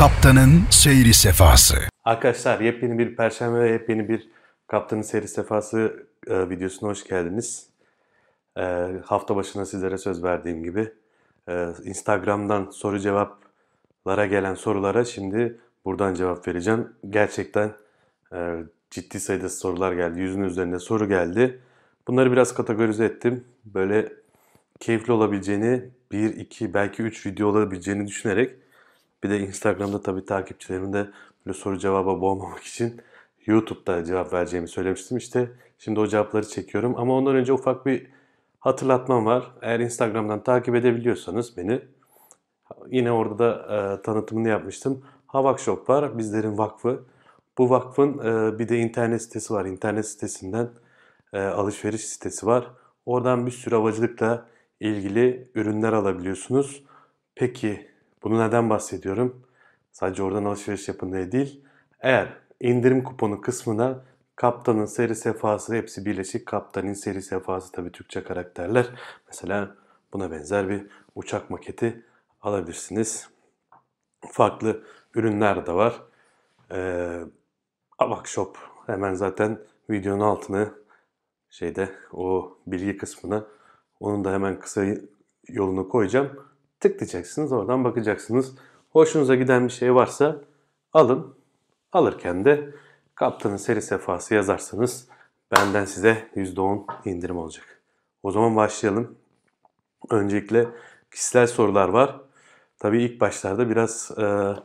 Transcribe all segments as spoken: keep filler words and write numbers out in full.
Kaptanın Seyri Sefası. Arkadaşlar yepyeni bir Perşembe ve yepyeni bir Kaptanın Seyri Sefası e, videosuna hoş geldiniz. E, hafta başına sizlere söz verdiğim gibi e, Instagram'dan soru cevaplara gelen sorulara şimdi buradan cevap vereceğim. Gerçekten e, ciddi sayıda sorular geldi. Yüzün üzerinde soru geldi. Bunları biraz kategorize ettim. Böyle keyifli olabileceğini, bir, iki, belki üç video olabileceğini düşünerek, bir de Instagram'da tabii takipçilerimin de böyle soru cevaba boğmamak için YouTube'da cevap vereceğimi söylemiştim. İşte şimdi o cevapları çekiyorum. Ama ondan önce ufak bir hatırlatmam var. Eğer Instagram'dan takip edebiliyorsanız beni, yine orada da e, tanıtımını yapmıştım. Havak Shop var, bizlerin vakfı. Bu vakfın e, bir de internet sitesi var. İnternet sitesinden e, alışveriş sitesi var. Oradan bir sürü havacılıkla ilgili ürünler alabiliyorsunuz. Peki bunu neden bahsediyorum? Sadece oradan alışveriş yapın diye değil. Eğer indirim kuponu kısmına Kaptanın Seri Sefası, hepsi birleşik Kaptanın Seri Sefası, tabii Türkçe karakterler. Mesela buna benzer bir uçak maketi alabilirsiniz. Farklı ürünler de var. Ee, Havak Shop, hemen zaten videonun altına şeyde o bilgi kısmına onun da hemen kısa yolunu koyacağım. Tıklayacaksınız, oradan bakacaksınız. Hoşunuza giden bir şey varsa alın. Alırken de Kaptanın Seri Sefası yazarsanız benden size yüzde on indirim olacak. O zaman başlayalım. Öncelikle kişisel sorular var. Tabii ilk başlarda biraz e,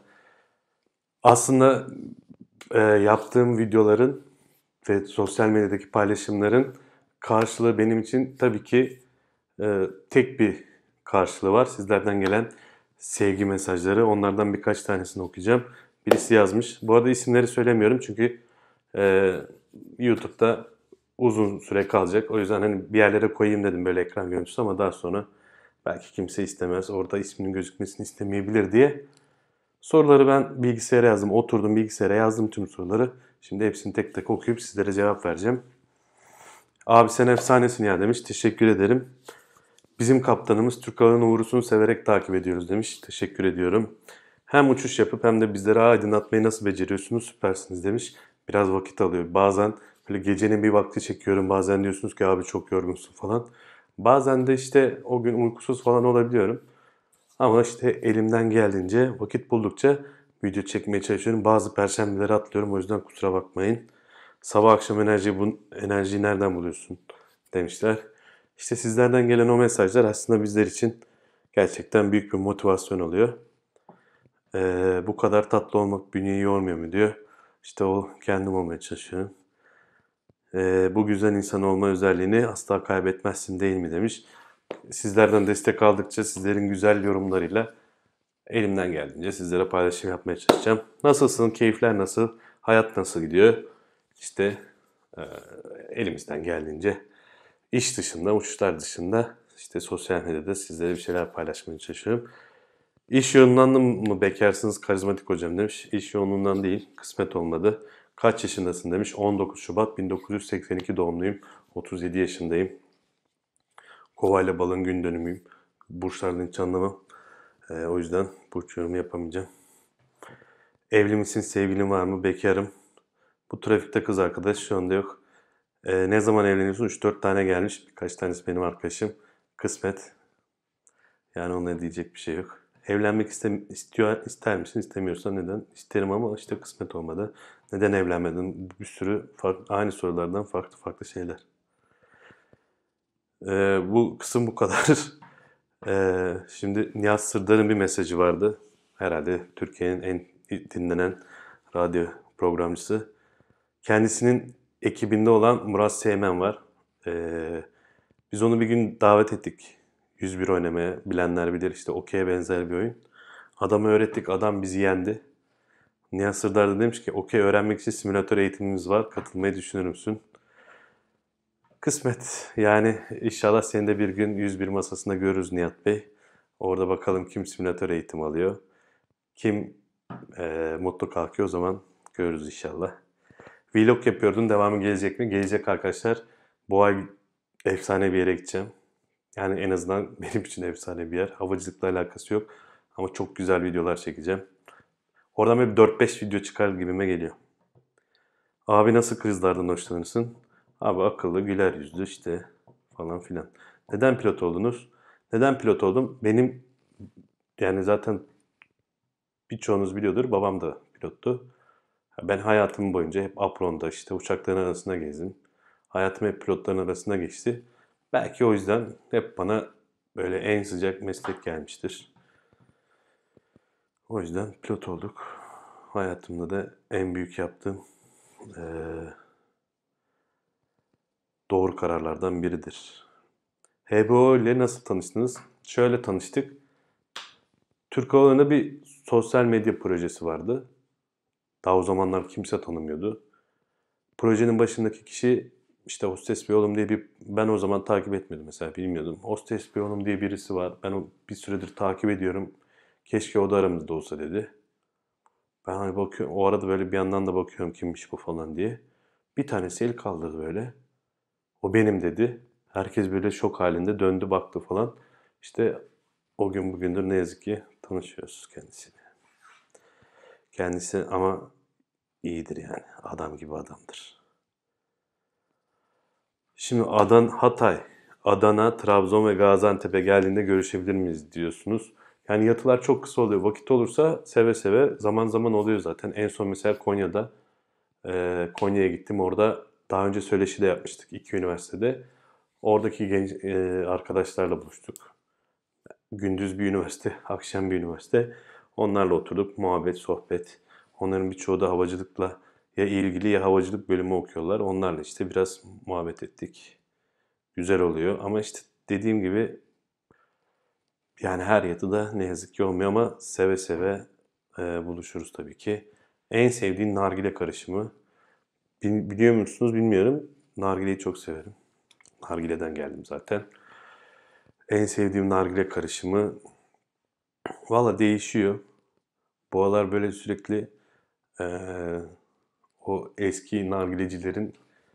aslında e, yaptığım videoların ve sosyal medyadaki paylaşımların karşılığı benim için tabii ki e, tek bir karşılığı var. Sizlerden gelen sevgi mesajları. Onlardan birkaç tanesini okuyacağım. Birisi yazmış. Bu arada isimleri söylemiyorum çünkü e, YouTube'da uzun süre kalacak. O yüzden hani bir yerlere koyayım dedim böyle ekran görüntüsü, ama daha sonra belki kimse istemez, orada isminin gözükmesini istemeyebilir diye. Soruları ben bilgisayara yazdım. Oturdum bilgisayara yazdım tüm soruları. Şimdi hepsini tek tek okuyup sizlere cevap vereceğim. Abi sen efsanesin ya demiş. Teşekkür ederim. Bizim kaptanımız Türk Hava Uğur'usunu severek takip ediyoruz demiş. Teşekkür ediyorum. Hem uçuş yapıp hem de bizlere aydınlatmayı nasıl beceriyorsunuz, süpersiniz demiş. Biraz vakit alıyor. Bazen böyle gecenin bir vakti çekiyorum. Bazen diyorsunuz ki abi çok yorgunsun falan. Bazen de işte o gün uykusuz falan olabiliyorum. Ama işte elimden geldiğince, vakit buldukça video çekmeye çalışıyorum. Bazı perşembeleri atlıyorum, o yüzden kusura bakmayın. Sabah akşam enerjiyi, bu enerjiyi nereden buluyorsun demişler. İşte sizlerden gelen o mesajlar aslında bizler için gerçekten büyük bir motivasyon oluyor. Ee, bu kadar tatlı olmak bünyeyi yormuyor mu diyor. İşte o kendim olmaya çalışıyorum. Ee, bu güzel insan olma özelliğini asla kaybetmezsin değil mi demiş. Sizlerden destek aldıkça, sizlerin güzel yorumlarıyla elimden geldiğince sizlere paylaşım yapmaya çalışacağım. Nasılsın? Keyifler nasıl? Hayat nasıl gidiyor? İşte e, elimizden geldiğince iş dışında, uçuşlar dışında işte sosyal medyada sizlere bir şeyler paylaşmaya çalışıyorum. İş yoğunluğundan mı bekarsınız karizmatik hocam demiş. İş yoğunluğundan değil, kısmet olmadı. Kaç yaşındasın demiş. on dokuz Şubat bin dokuz yüz seksen iki doğumluyum. otuz yedi yaşındayım. Kova ile balığın gün dönümüyüm. Burçlardan hiç anlamam. Ee, o yüzden burç yorumu yapamayacağım. Evli misin, sevgilin var mı? Bekarım. Bu trafikte kız arkadaş şu anda yok. Ee, ne zaman evleniyorsun? üç dört tane gelmiş. Birkaç tanesi benim arkadaşım. Kısmet. Yani ona diyecek bir şey yok. Evlenmek iste, istiyor, ister misin? İstemiyorsan neden? İsterim ama işte kısmet olmadı. Neden evlenmedin? Bir sürü farklı, aynı sorulardan farklı farklı şeyler. Ee, bu kısım bu kadar. Ee, şimdi Nihat Sırdar'ın bir mesajı vardı. Herhalde Türkiye'nin en dinlenen radyo programcısı. Kendisinin ekibinde olan Murat Seymen var. Ee, biz onu bir gün davet ettik. yüz bir oynamaya. Bilenler bilir, işte okey'e benzer bir oyun. Adamı öğrettik. Adam bizi yendi. Nihat Sırdar da demiş ki okey öğrenmek için simülatör eğitimimiz var. Katılmayı düşünür müsün? Kısmet. Yani inşallah seni de bir gün yüz bir masasında görürüz Nihat Bey. Orada bakalım kim simülatör eğitim alıyor. Kim e, mutlu kalkıyor, o zaman görürüz inşallah. Vlog yapıyordun, devamı gelecek mi? Gelecek arkadaşlar. Bu ay efsane bir yere gideceğim. Yani en azından benim için efsane bir yer. Havacılıkla alakası yok. Ama çok güzel videolar çekeceğim. Oradan böyle dört beş video çıkar gibime geliyor. Abi nasıl kızlardan hoşlanırsın? Abi akıllı, güler yüzlü işte falan filan. Neden pilot oldunuz? Neden pilot oldum? Benim yani zaten birçoğunuz biliyordur. Babam da pilottu. Ben hayatım boyunca hep apronda işte uçakların arasında gezdim. Hayatım hep pilotların arasında geçti. Belki o yüzden hep bana böyle en sıcak meslek gelmiştir. O yüzden pilot olduk. Hayatımda da en büyük yaptığım eee, doğru kararlardan biridir. H B O ile nasıl tanıştınız? Şöyle tanıştık. Türk Hava Yolları'nda bir sosyal medya projesi vardı. Daha o zamanlar kimse tanımıyordu. Projenin başındaki kişi işte Hostes bir oğlum diye bir ben o zaman takip etmiyordum mesela bilmiyordum. Hostes bir oğlum diye birisi var. Ben o bir süredir takip ediyorum. Keşke o da aramızda olsa dedi. Ben hani bakıyorum o arada böyle bir yandan da bakıyorum kimmiş bu falan diye. Bir tanesi el kaldırdı böyle. O benim dedi. Herkes böyle şok halinde döndü baktı falan. İşte o gün bugündür ne yazık ki tanışıyoruz kendisiyle. Kendisi ama iyidir yani. Adam gibi adamdır. Şimdi Adan Hatay, Adana, Trabzon ve Gaziantep'e geldiğinde görüşebilir miyiz diyorsunuz. Yani yatılar çok kısa oluyor. Vakit olursa seve seve zaman zaman oluyor zaten. En son mesela Konya'da e, Konya'ya gittim. Orada daha önce söyleşi de yapmıştık iki üniversitede. Oradaki genç e, arkadaşlarla buluştuk. Gündüz bir üniversite, akşam bir üniversite. Onlarla oturduk, muhabbet, sohbet. Onların birçoğu da havacılıkla ya ilgili ya havacılık bölümü okuyorlar. Onlarla işte biraz muhabbet ettik. Güzel oluyor ama işte dediğim gibi yani her yatıda ne yazık ki olmuyor ama seve seve e, buluşuruz tabii ki. En sevdiğin nargile karışımı. Bil- biliyor musunuz bilmiyorum. Nargileyi çok severim. Nargileden geldim zaten. En sevdiğim nargile karışımı valla değişiyor. Bu aralar böyle sürekli eee, o eski nargilecilerin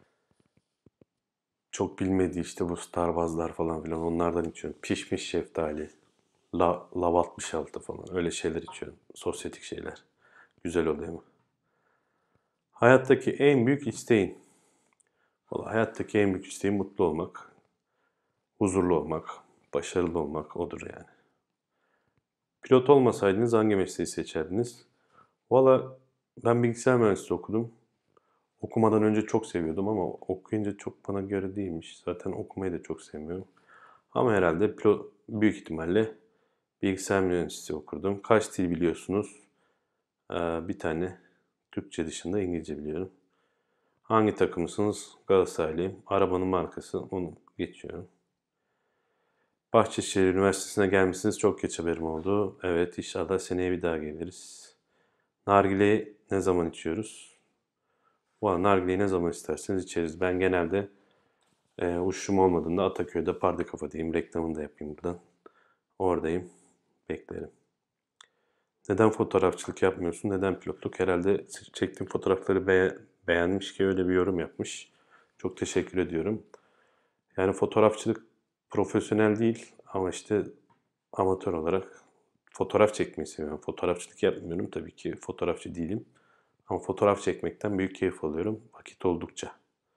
çok bilmediği işte bu Starbuz'lar falan filan onlardan içiyorum. Pişmiş şeftali, la, lav altmış altı falan öyle şeyler içiyorum. Sosyetik şeyler. Güzel oluyor mu? Hayattaki en büyük isteğin. Valla hayattaki en büyük isteğin mutlu olmak, huzurlu olmak, başarılı olmak odur yani. Pilot olmasaydınız hangi mesleği seçerdiniz? Valla ben bilgisayar mühendisliği okudum. Okumadan önce çok seviyordum ama okuyunca çok bana göre değilmiş. Zaten okumayı da çok sevmiyorum. Ama herhalde pilot, büyük ihtimalle bilgisayar mühendisliği okurdum. Kaç dil biliyorsunuz? Ee, bir tane Türkçe dışında İngilizce biliyorum. Hangi takımısınız? Galatasaraylıyım. Arabanın markası onu geçiyorum. Bahçeşehir Üniversitesi'ne gelmişsiniz. Çok geç haberim oldu. Evet inşallah seneye bir daha geliriz. Nargileyi ne zaman içiyoruz? Valla nargileyi ne zaman isterseniz içeriz. Ben genelde e, uçuşum olmadığında Ataköy'de Pardı Kafa'dayım. Reklamını da yapayım buradan. Oradayım. Beklerim. Neden fotoğrafçılık yapmıyorsun? Neden pilotluk? Herhalde çektiğim fotoğrafları be- beğenmiş ki öyle bir yorum yapmış. Çok teşekkür ediyorum. Yani fotoğrafçılık profesyonel değil ama işte amatör olarak fotoğraf çekmeyi seviyorum. Fotoğrafçılık yapmıyorum tabii ki fotoğrafçı değilim. Ama fotoğraf çekmekten büyük keyif alıyorum vakit oldukça.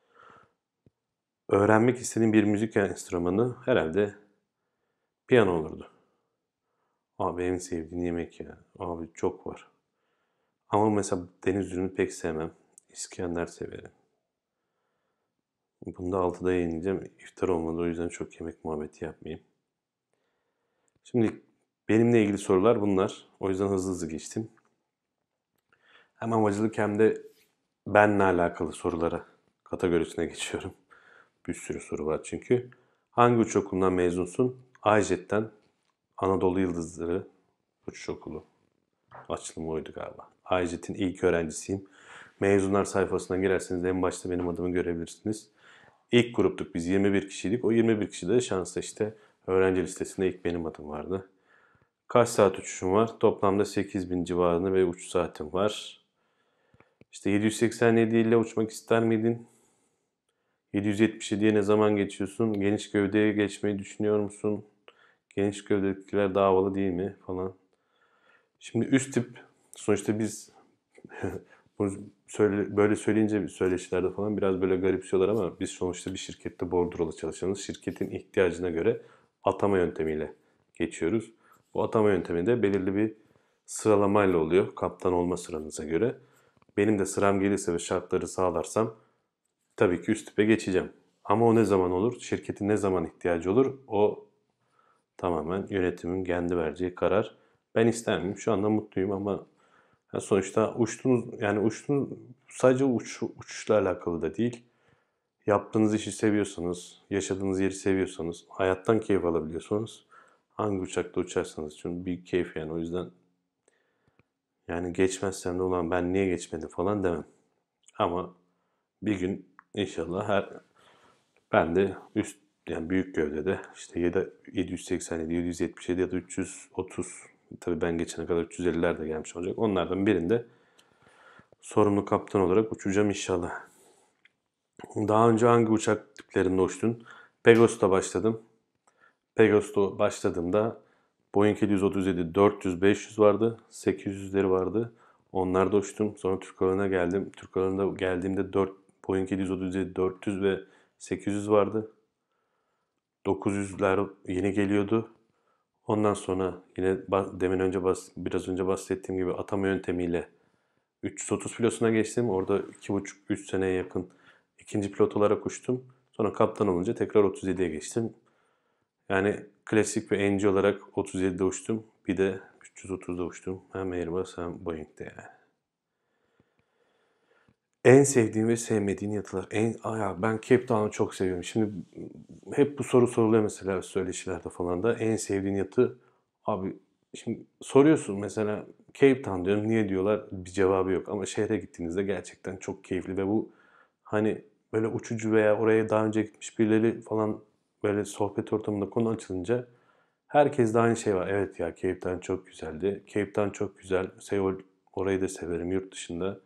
Öğrenmek istediğim bir müzik enstrümanı herhalde piyano olurdu. Abi en sevdiğin yemek ya. Abi çok var. Ama mesela deniz ürünü pek sevmem. İskender severim. Bunda altıda yayınlayacağım. İftar olmadı o yüzden çok yemek muhabbeti yapmayayım. Şimdi benimle ilgili sorular bunlar. O yüzden hızlı hızlı geçtim. Hem havacılık hem de benle alakalı sorulara kategorisine geçiyorum. Bir sürü soru var çünkü. Hangi uçak okulundan mezunsun? AJet'ten Anadolu Yıldızları Uçuş Okulu. Açılımı oydu galiba. AJet'in ilk öğrencisiyim. Mezunlar sayfasına girerseniz en başta benim adımı görebilirsiniz. İlk gruptuk biz yirmi bir kişiydik. O yirmi bir kişide şansla işte öğrenci listesinde ilk benim adım vardı. Kaç saat uçuşum var? Toplamda sekiz bin civarında ve uçuş saatim var. İşte yedi yüz seksen yedi ile uçmak ister miydin? yedi yüz yetmiş yediye ne zaman geçiyorsun? Geniş gövdeye geçmeyi düşünüyor musun? Geniş gövdedekiler daha havalı değil mi? Falan. Şimdi üst tip sonuçta biz bunu söyle, böyle söyleyince söyleşilerde falan biraz böyle garipsiyorlar ama biz sonuçta bir şirkette bordrolu çalışanız. Şirketin ihtiyacına göre atama yöntemiyle geçiyoruz. Bu atama yöntemi de belirli bir sıralamayla oluyor kaptan olma sıranıza göre. Benim de sıram gelirse ve şartları sağlarsam tabii ki üst tüpe geçeceğim. Ama o ne zaman olur? Şirketin ne zaman ihtiyacı olur? O tamamen yönetimin kendi vereceği karar. Ben ister miyim? Şu anda mutluyum ama ya sonuçta uçtunuz, yani uçtunuz sadece uç, uçuşla alakalı da değil. Yaptığınız işi seviyorsanız, yaşadığınız yeri seviyorsanız, hayattan keyif alabiliyorsanız hangi uçakta uçarsanız çünkü büyük keyif yani o yüzden yani geçmezsem de ulan ben niye geçmedim falan demem. Ama bir gün inşallah her ben de üst yani büyük gövdede işte yedi yüz seksen yedi, yedi yüz yetmiş yedi ya da üç yüz otuz tabii ben geçene kadar üç yüz elliler de gelmiş olacak. Onlardan birinde sorumlu kaptan olarak uçacağım inşallah. Daha önce hangi uçak tiplerinde uçtun? Pegasus'ta başladım. Pegasus'ta başladığımda Boeing yedi yüz otuz yedi dört yüz beş yüz vardı. sekiz yüzleri vardı. Onlarda uçtum. Sonra Türk Hava Yolları'na geldim. Türk Hava Yolları'na geldiğimde dört, Boeing yedi yüz otuz yedi dört yüz ve sekiz yüz vardı. dokuz yüzler yeni geliyordu. Ondan sonra yine demin önce bas, biraz önce bahsettiğim gibi atama yöntemiyle üç yüz otuz pilotuna geçtim. Orada iki buçuk üç seneye yakın ikinci pilot olarak uçtum. Sonra kaptan olunca tekrar otuz yediye geçtim. Yani klasik ve N G olarak otuz yedide uçtum. Bir de üç yüz otuzda uçtum. Hem Airbus hem Boeing'de yani. En sevdiğin ve sevmediğin yatılar. En, aya, ben Cape Town'u çok seviyorum. Şimdi hep bu soru soruluyor mesela söyleşilerde falan da. En sevdiğin yatı abi şimdi soruyorsun mesela Cape Town diyorum. Niye diyorlar? Bir cevabı yok. Ama şehre gittiğinizde gerçekten çok keyifli ve bu hani böyle uçucu veya oraya daha önce gitmiş birileri falan böyle sohbet ortamında konu açılınca herkes de aynı şey var. Evet ya Cape Town çok güzeldi. Cape Town çok güzel. Seul orayı da severim yurt dışında.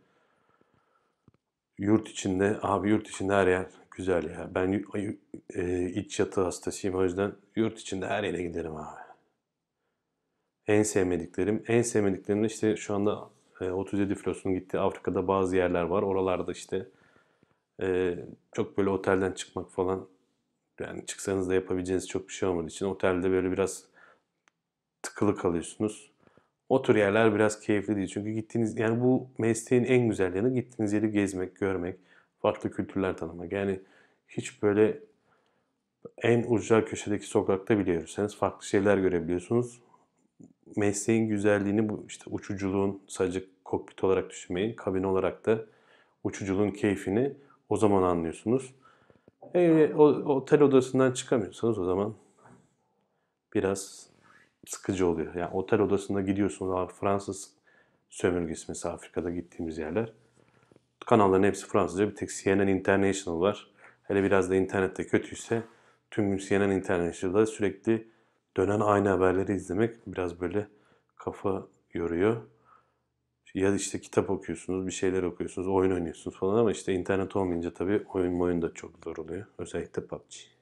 Yurt içinde, abi yurt içinde her yer güzel ya. Ben e, iç yatı hastasıyım o yüzden yurt içinde her yere giderim abi. En sevmediklerim, en sevmediklerim de işte şu anda e, otuz yedi filosunun gittiği Afrika'da bazı yerler var. Oralarda işte e, çok böyle otelden çıkmak falan yani çıksanız da yapabileceğiniz çok bir şey olmadığı için otelde böyle biraz tıkılı kalıyorsunuz. O tür yerler biraz keyifli değil. Çünkü gittiğiniz yani bu mesleğin en güzel yanı gittiğiniz yeri gezmek, görmek, farklı kültürler tanımak. Yani hiç böyle en ucra köşedeki sokakta bile yürürseniz farklı şeyler görebiliyorsunuz. Mesleğin güzelliğini bu işte uçuculuğun sadece kokpit olarak düşünmeyin. Kabin olarak da uçuculuğun keyfini o zaman anlıyorsunuz. E, o, otel odasından çıkamıyorsanız o zaman biraz sıkıcı oluyor. Yani otel odasında gidiyorsunuz Fransız sömürgesi mesela Afrika'da gittiğimiz yerler. Kanalların hepsi Fransızca. Bir tek C N N International var. Hele biraz da internette kötüyse tüm gün C N N International'da sürekli dönen aynı haberleri izlemek biraz böyle kafa yoruyor. Ya işte kitap okuyorsunuz, bir şeyler okuyorsunuz, oyun oynuyorsunuz falan ama işte internet olmayınca tabii oyun oyun da çok zor oluyor. Özellikle P U B G.